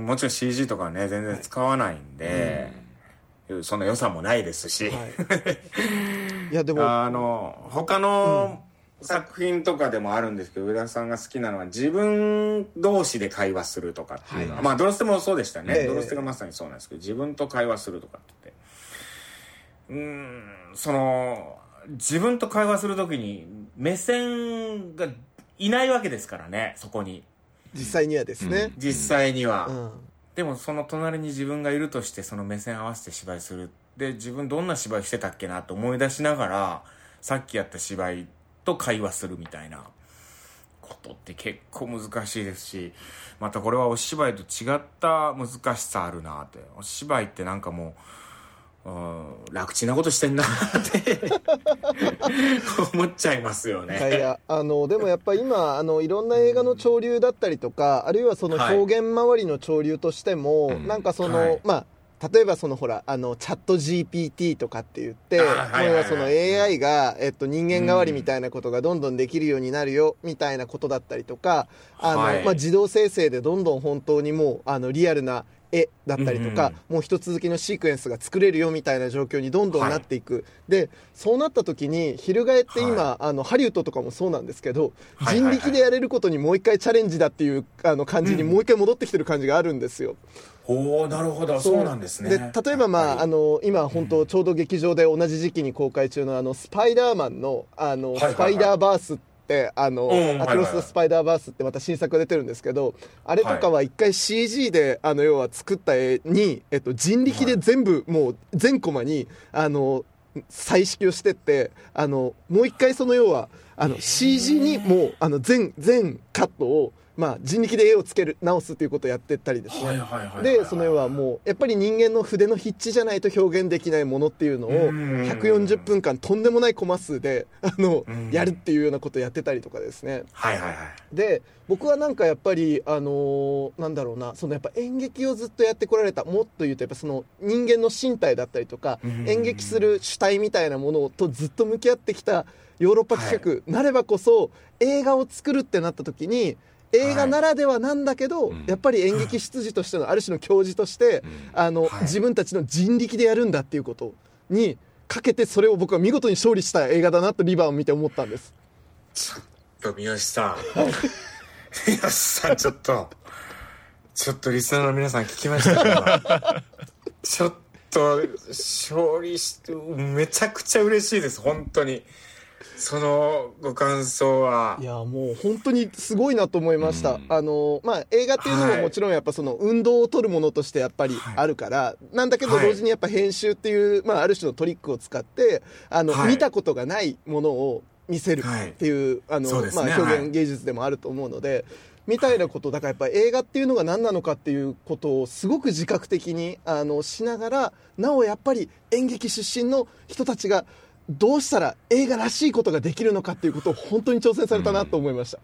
もちろん シージー とかね全然使わないんで、うん、その良さもないですし、はい、いやでもあの他の、うん、作品とかでもあるんですけど、上田さんが好きなのは自分同士で会話するとかっていうのは、はい、まあドロステもそうでしたね、えー、ドロステがまさにそうなんですけど、自分と会話するとかってうーん、その自分と会話するときに目線がいないわけですからね、そこに実際にはですね、 うん、実際には、うん、でもその隣に自分がいるとしてその目線合わせて芝居する。で自分どんな芝居してたっけなと思い出しながらさっきやった芝居と会話するみたいなことって結構難しいですし、またこれはお芝居と違った難しさあるなって。お芝居ってなんかもう、うん、楽ちんなことしてんなって思っちゃいますよね。 いやいや、あのでもやっぱり今あのいろんな映画の潮流だったりとか、あるいはその表現周りの潮流としても、はい、なんかその、はい、まあ例えばそのほらあのチャット ジーピーティー とかって言って、これはその エーアイ が、えっと、人間代わりみたいなことがどんどんできるようになるよみたいなことだったりとか、あの、はい、まあ、自動生成でどんどん本当にもうあのリアルな絵だったりとか、うん、もう一続きのシークエンスが作れるよみたいな状況にどんどんなっていく、はい、でそうなった時に翻って今、はい、あのハリウッドとかもそうなんですけど、はい、人力でやれることにもう一回チャレンジだっていうあの感じにもう一回戻ってきてる感じがあるんですよ。 おお、なるほど、そうなんですね。で例えば、まあ、あの今本当ちょうど劇場で同じ時期に公開中のあのスパイダーマンのあの、はいはいはい、スパイダーバースってあの、うん、アクロス・ザ・スパイダーバースってまた新作が出てるんですけど、あれとかは一回 シージー であの要は作った絵に、えっと、人力で全部もう全コマにあの彩色をしてってあのもう一回その要はあの シージー にもうあの全全カットをまあ、人力で絵をつける直すということをやってったりですね。でその要はもうやっぱり人間の筆の筆致じゃないと表現できないものっていうのをひゃくよんじゅっぷんかんとんでもないコマ数であのやるっていうようなことをやってたりとかですね。 はいはいはい。 で僕はなんかやっぱりあのー、なんだろうな、そのやっぱ演劇をずっとやってこられた、もっと言うとやっぱその人間の身体だったりとか演劇する主体みたいなものとずっと向き合ってきたヨーロッパ企画なればこそ、映画を作るってなった時に映画ならではなんだけど、はい、やっぱり演劇出自としてのある種の教授として、うん、あの、はい、自分たちの人力でやるんだっていうことにかけて、それを僕は見事に勝利した映画だなとリバーを見て思ったんです。 ちょっと三好さん三好さんちょっとちょっとリスナーの皆さん聞きましたけどちょっと勝利してめちゃくちゃ嬉しいです。本当にそのご感想は。 いやもう本当にすごいなと思いました、うん、あのまあ、映画っていうのももちろんやっぱその運動を取るものとしてやっぱりあるから、はい、なんだけど同時にやっぱ編集っていう、まあ、ある種のトリックを使ってあの、はい、見たことがないものを見せるっていう、はい、あの、ね、まあ、表現芸術でもあると思うので、はい、みたいなことだからやっぱ映画っていうのが何なのかっていうことをすごく自覚的にあのしながら、なおやっぱり演劇出身の人たちがどうしたら映画らしいことができるのかっていうことを本当に挑戦されたなと思いました、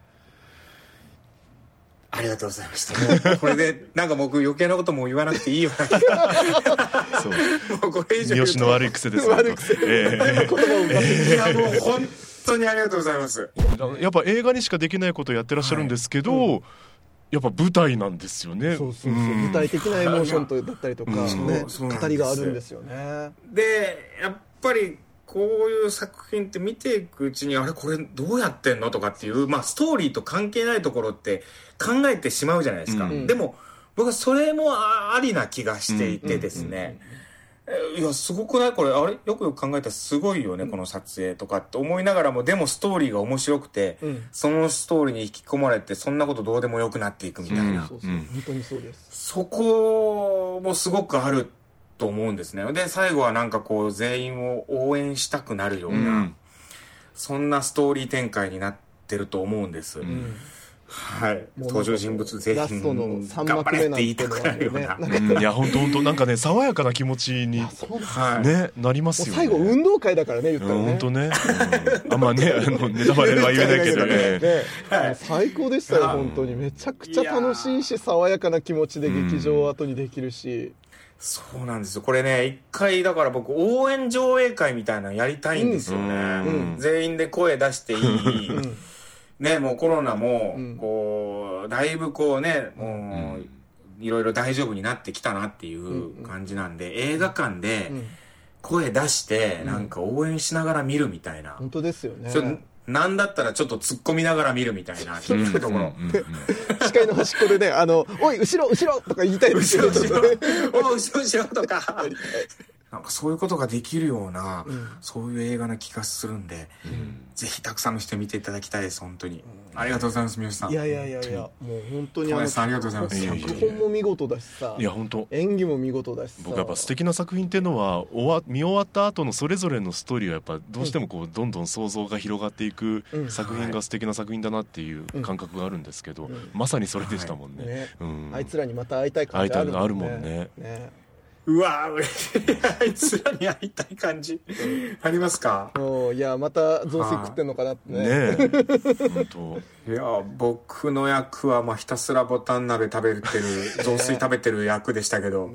うん、ありがとうございました。もうこれでなんか僕余計なことも言わなくていいようなそうもうこれ以上言うと三好の悪い癖ですよ。 悪い癖、えー、 いやもう本当にありがとうございます。 やっぱ映画にしかできないことをやってらっしゃるんですけど、はい、うん、やっぱ舞台なんですよね。 そうそうそう、うん、舞台的なエモーションとだったりとか、うんね、語りがあるんですよね。 でやっぱりこういう作品って見ていくうちに、あれこれどうやってんのとかっていう、まあ、ストーリーと関係ないところって考えてしまうじゃないですか、うん、でも僕はそれもありな気がしていてですね、 いやすごくないこれ、あれよくよく考えたらすごいよね、うん、この撮影とかって思いながらも、でもストーリーが面白くて、うん、そのストーリーに引き込まれてそんなことどうでもよくなっていくみたいな、うん、 そうそう本当にそうです。 そこもすごくあると思うんですね。で最後はなんかこう全員を応援したくなるような、うん、そんなストーリー展開になってると思うんです、うん、はい、登場人物全員ラストのさん頑張れって言いてたくなるような、 うん、いや本当本当なんかね爽やかな気持ちに、はい、ねなりますよね。 最後運動会だからね言ったらね、 本当ね、うん、あんまねあのネタバレは言えないけどね、 ねはい、最高でしたよ本当に。めちゃくちゃ楽しいし爽やかな気持ちで劇場後にできるし、うん、 そうなんですよ。これね一回だから僕応援上映会みたいなのやりたいんですよね、うん、全員で声出していい、うんね、もうコロナもこう、うん、だいぶこうねもういろいろ大丈夫になってきたなっていう感じなんで、うんうん、映画館で声出してなんか応援しながら見るみたいな、 うん、本当ですよね。 なんだったらちょっと突っ込みながら見るみたいなところ視界の端っこでねあのおい後ろ後ろとか言いたいですよ後ろ後ろお後ろ後ろとかなんかそういうことができるような、うん、そういう映画な気がするんで、うん、ぜひたくさんの人見ていただきたいです本当に、うん、ありがとうございます三好さん。 いやいやいやいやもう本当にあのさんありがとうございます。 脚本も見事だしさ、 いや本当演技も見事だしさ、 僕やっぱ素敵な作品っていうのは終わ見終わった後のそれぞれのストーリーはやっぱどうしてもこうどんどん想像が広がっていく作品が素敵な作品だなっていう感覚があるんですけど、うん、まさにそれでしたもんね、はいねうん、 あいつらにまた会いたい感じあるもんね。 会いたいのあるもんね、 ねうわー嬉しいあいつらに会いたい感じありますか。 いやまた雑炊食ってんのかなってね。 ね本当いや僕の役はまあひたすらボタン鍋食べてる雑炊食べてる役でしたけど、ね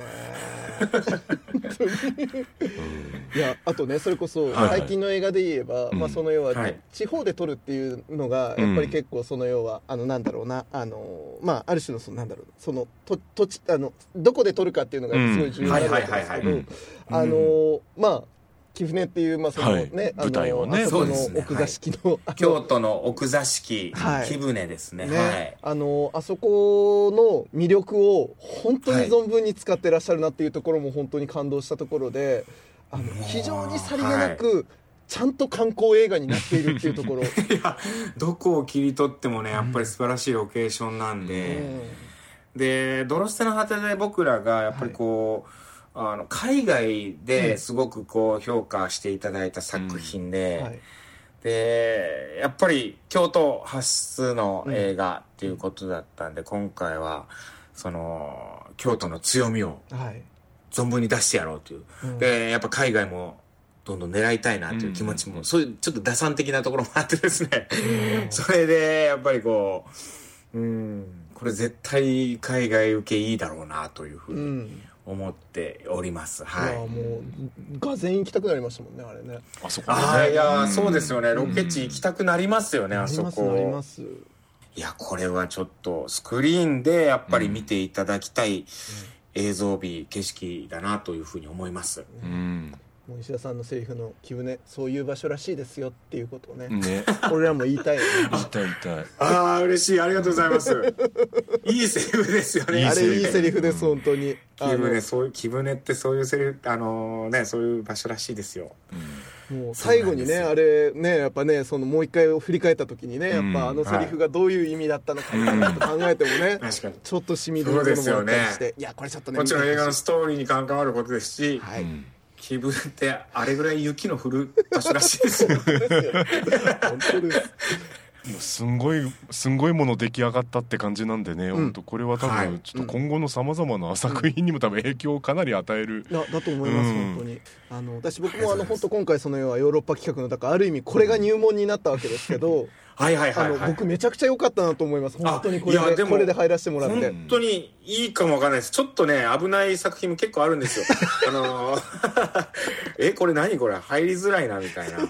いやあとねそれこそ最近の映画で言えば、はいまあ、その要は、ねはい、地方で撮るっていうのがやっぱり結構その要はあのなんだろうなあの、まあ、ある種のそのなんだろうそのと土地あのどこで撮るかっていうのがすごい重要なんですけどあのまあ貴船っていう、まあそのねはい、 舞台をね、 あそこの奥座敷の、 はい、京都の奥座敷、はい、貴船ですね、ねはい、 あのあそこの魅力を本当に存分に使ってらっしゃるなっていうところも本当に感動したところで、あの非常にさりげなく、はい、ちゃんと観光映画になっているっていうところいやどこを切り取ってもねやっぱり素晴らしいロケーションなんで、うん、でドロステの果てで僕らがやっぱりこう、はいあの海外ですごくこう評価していただいた作品で、うんはい、でやっぱり京都発出の映画っていうことだったんで、うん、今回はその京都の強みを存分に出してやろうという、はい、でやっぱ海外もどんどん狙いたいなという気持ちも、うん、そういうちょっと打算的なところもあってですね、うん、それでやっぱりこううんこれ絶対海外受けいいだろうなというふうに、うん思っております。はい。いやもうがぜん行きたくなりましたもんねあれね。 あそこね。あいや、うん、そうですよね。ロケ地行きたくなりますよね、うん、あそこ。 なります。 いやこれはちょっとスクリーンでやっぱり見ていただきたい映像美、景色だなというふうに思います。 うん。もう石田さんのセリフの貴船そういう場所らしいですよっていうことをね。 ね。 俺らも言いたい、ね。 言いたい言いたい。 ああ嬉しいありがとうございます。いいセリフですよね。 あれいいセリフです、うん、本当に。 貴船そういう貴船ってそういうセリフあのー、ねそういう場所らしいですよ。 うん、もう最後にねあれねやっぱねそのもう一回振り返った時にねやっぱあのセリフがどういう意味だったのかなと考えてもね、うん、ちょっとしみるものもあったりして、ね、いやこれちょっとねもちろん映画のストーリーに関わることですし。はい。うん貴船ってあれぐらい雪の降る場所らしいですよ。本当です。 もうすんごいすんごいもの出来上がったって感じなんでね、うん、本当これは多分ちょっと今後のさまざまな作品にも多分影響をかなり与える、 うん、だ, だと思います、うん、本当にあの私僕もあの本当今回その要はヨーロッパ企画のだからある意味これが入門になったわけですけどはいはいはい、はい、 あの僕めちゃくちゃ良かったなと思います本当にこれ で, でこれで入らせてもらって本当にいいかもわかんないですちょっとね危ない作品も結構あるんですよあのー、えこれ何これ入りづらいなみたいな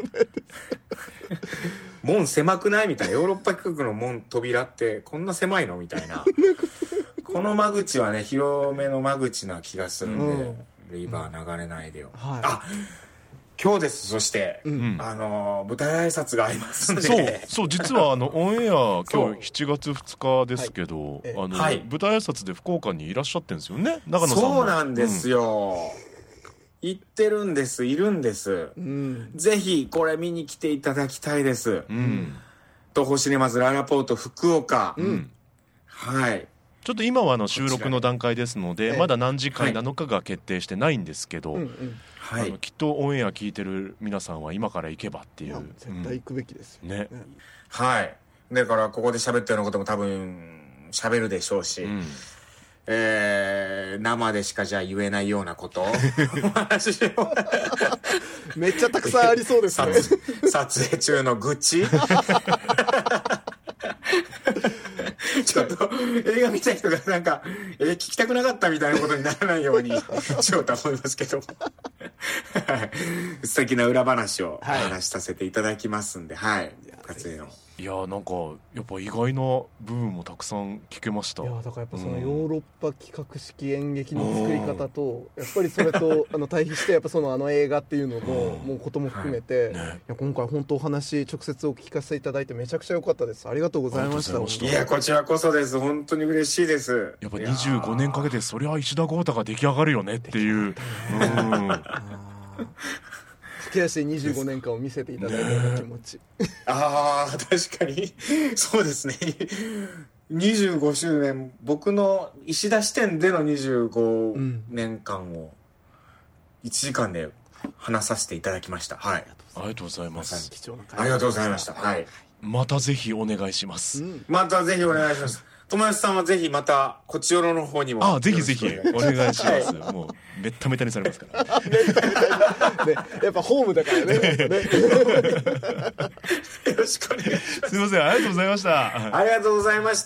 門狭くないみたいなヨーロッパ企画の門扉ってこんな狭いのみたいなこの間口はね広めの間口な気がするんで、うん、リバー流れないでよ、うんはい、あ今日ですそして、うん、あの舞台挨拶がありますんでそうそう実はあのオンエア今日しちがつふつかですけど、はいあのはい、舞台挨拶で福岡にいらっしゃってるんですよね長野さんもそうなんですよ、 行ってるんです、いるんです、 うん、 ぜひこれ見に来ていただきたいです、うん、東宝シネマズララポート福岡、うん、はい。 ちょっと今はあの収録の段階ですのでまだ何時間なのかが決定してないんですけど、はい、あのきっとオンエア聞いてる皆さんは今から行けばっていう、 絶対行くべきですよ、 うん、ね、 はい。だからここで喋ったようなことも多分喋るでしょうし、うん、えー、生でしかじゃあ言えないようなことめっちゃたくさんありそうですね撮影中の愚痴ちょっと映画見た人がなんか、えー、聞きたくなかったみたいなことにならないようにしようと思いますけど素敵な裏話を話させていただきますんで、はい、撮影のいやーなんかやっぱ意外な部分もたくさん聞けました。 いやだからやっぱそのヨーロッパ企画式演劇の作り方と、やっぱりそれとあの対比してやっぱそのあの映画っていうのももうことも含めて、はいね、いや今回本当お話直接お聞かせていただいてめちゃくちゃ良かったです。ありがとうございました。 いやこちらこそです。本当に嬉しいです。 やっぱにじゅうごねんかけてそりゃ石田豪太が出来上がるよねっていう、うん駆け足でにじゅうごねんかんを見せていただいたような気持ち、ね、 ああ確かにそうですねにじゅうごしゅうねん僕の石田視点でのにじゅうごねんかんをいちじかんで話させていただきました。はい、 ありがとうございます。 貴重な会ありがとうございました。はい、 またぜひお願いします、 うん、またぜひお願いします。友達さんはぜひまたこちよろの方にもあぜひぜひお願いします、はい、もうめっためたにされますからめっためたに、ね、やっぱホームだからねよろしくお願いします。 すいません、ありがとうございました。 ありがとうございました。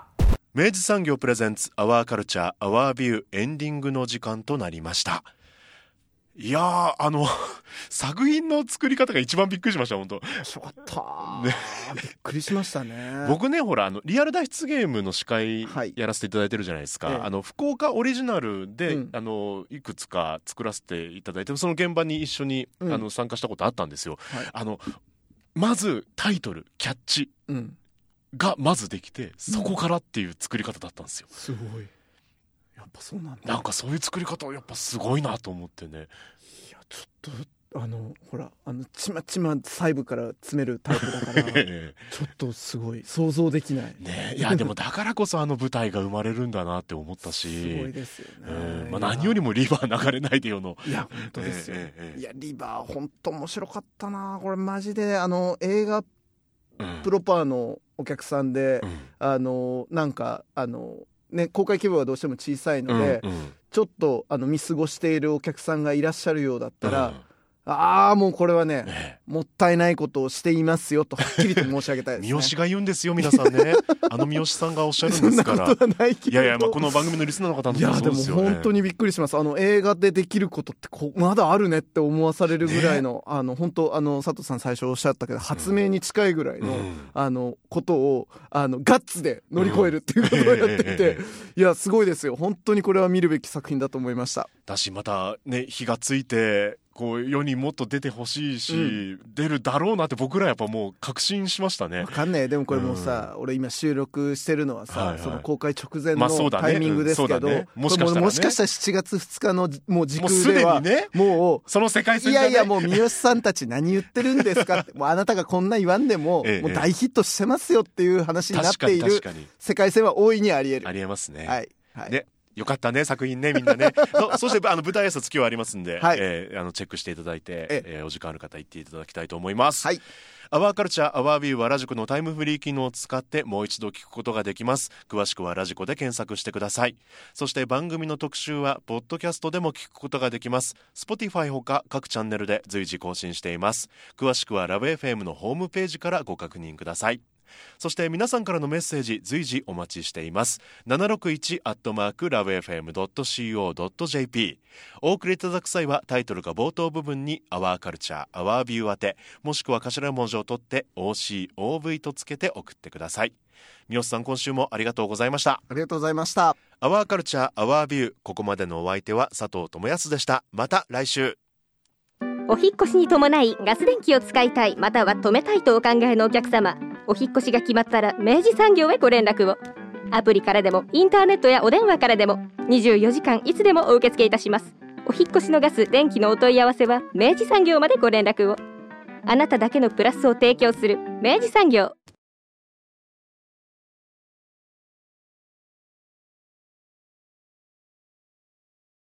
明治産業プレゼンツアワーカルチャーアワービューエンディングの時間となりました。いやーあの作品の作り方が一番びっくりしました。本当面白かった、ね、びっくりしましたね。 僕ねほらあのリアル脱出ゲームの司会やらせていただいてるじゃないですか、はい、あの福岡オリジナルで、うん、あのいくつか作らせていただいてその現場に一緒に、うん、あの参加したことあったんですよ、はい、あのまずタイトルキャッチがまずできて、うん、そこからっていう作り方だったんですよ。 すごいやっぱそうなんだ。 なんかそういう作り方やっぱすごいなと思ってね。 いやちょっとあのほらあのちまちま細部から詰めるタイプだからちょっとすごい想像できないね。いやでもだからこそあの舞台が生まれるんだなって思ったしすごいですよね、 えーまあ、何よりもリバー流れないでよのいや本当ですよ、えーえー、いやリバー本当面白かったなこれマジで。あの映画プロパーのお客さんで、うん、あのなんかあのね、公開規模はどうしても小さいので、うんうん、ちょっとあの見過ごしているお客さんがいらっしゃるようだったら、うん、ああもうこれは ね, ねもったいないことをしていますよとはっきりと申し上げたいですね。 三好が言うんですよ皆さんねあの三好さんがおっしゃるんですから。 そんなことはないけど。 いやいや、まあ、この番組のリスナーの方もそうですよね。 いやでも本当にびっくりします。あの映画でできることってこまだあるねって思わされるぐらいの、ね、あの本当あの佐藤さん最初おっしゃったけど発明に近いぐらいの、うん、あのことをあのガッツで乗り越えるっていうことをやっていて、うん、いやすごいですよ。本当にこれは見るべき作品だと思いました。 だしまたね火がついてこう世にもっと出てほしいし、うん、出るだろうなって僕らやっぱもう確信しましたね。 わかんねえ。でもこれもうさ、うん、俺今収録してるのはさ、はいはい、その公開直前のタイミングですけど、まあねうん、もしかしたらね、もしかしたらしちがつふつかのもう時空ではもうすでにね、もうその世界線じゃね、いやいやもう三好さんたち何言ってるんですかってもうあなたがこんな言わんでも、ええ、もう大ヒットしてますよっていう話になっている世界線は大いにあり得る。 ありえますね。 はい、はい、 でよかったね作品ねみんなねそ, そしてあの舞台挨拶今日ありますんで、はい、えー、あのチェックしていただいて、ええー、お時間ある方行っていただきたいと思います。はい、アワーカルチャーアワービューはラジコのタイムフリー機能を使ってもう一度聞くことができます。詳しくはラジコで検索してください。そして番組の特集はポッドキャストでも聞くことができます。 Spotify ほか各チャンネルで随時更新しています。詳しくはラブ エフエム のホームページからご確認ください。そして皆さんからのメッセージ随時お待ちしています。ななろくいちアットマークラブエフエムドットシーオードットジェーピー お送りいただく際はタイトルか冒頭部分にアワーカルチャーアワービュー宛てもしくは頭文字を取って オーシーオーブイ とつけて送ってください。三好さん今週もありがとうございました。 ありがとうございました。 アワーカルチャーアワービュー、ここまでのお相手は佐藤智康でした。また来週。 お引越しに伴いガス電気を使いたいまたは止めたいとお考えのお客様、お引越しが決まったら明治産業へご連絡を。アプリからでもインターネットやお電話からでもにじゅうよじかんいつでもお受け付けいたします。 お引越しのガス、電気のお問い合わせは明治産業までご連絡を。あなただけのプラスを提供する明治産業。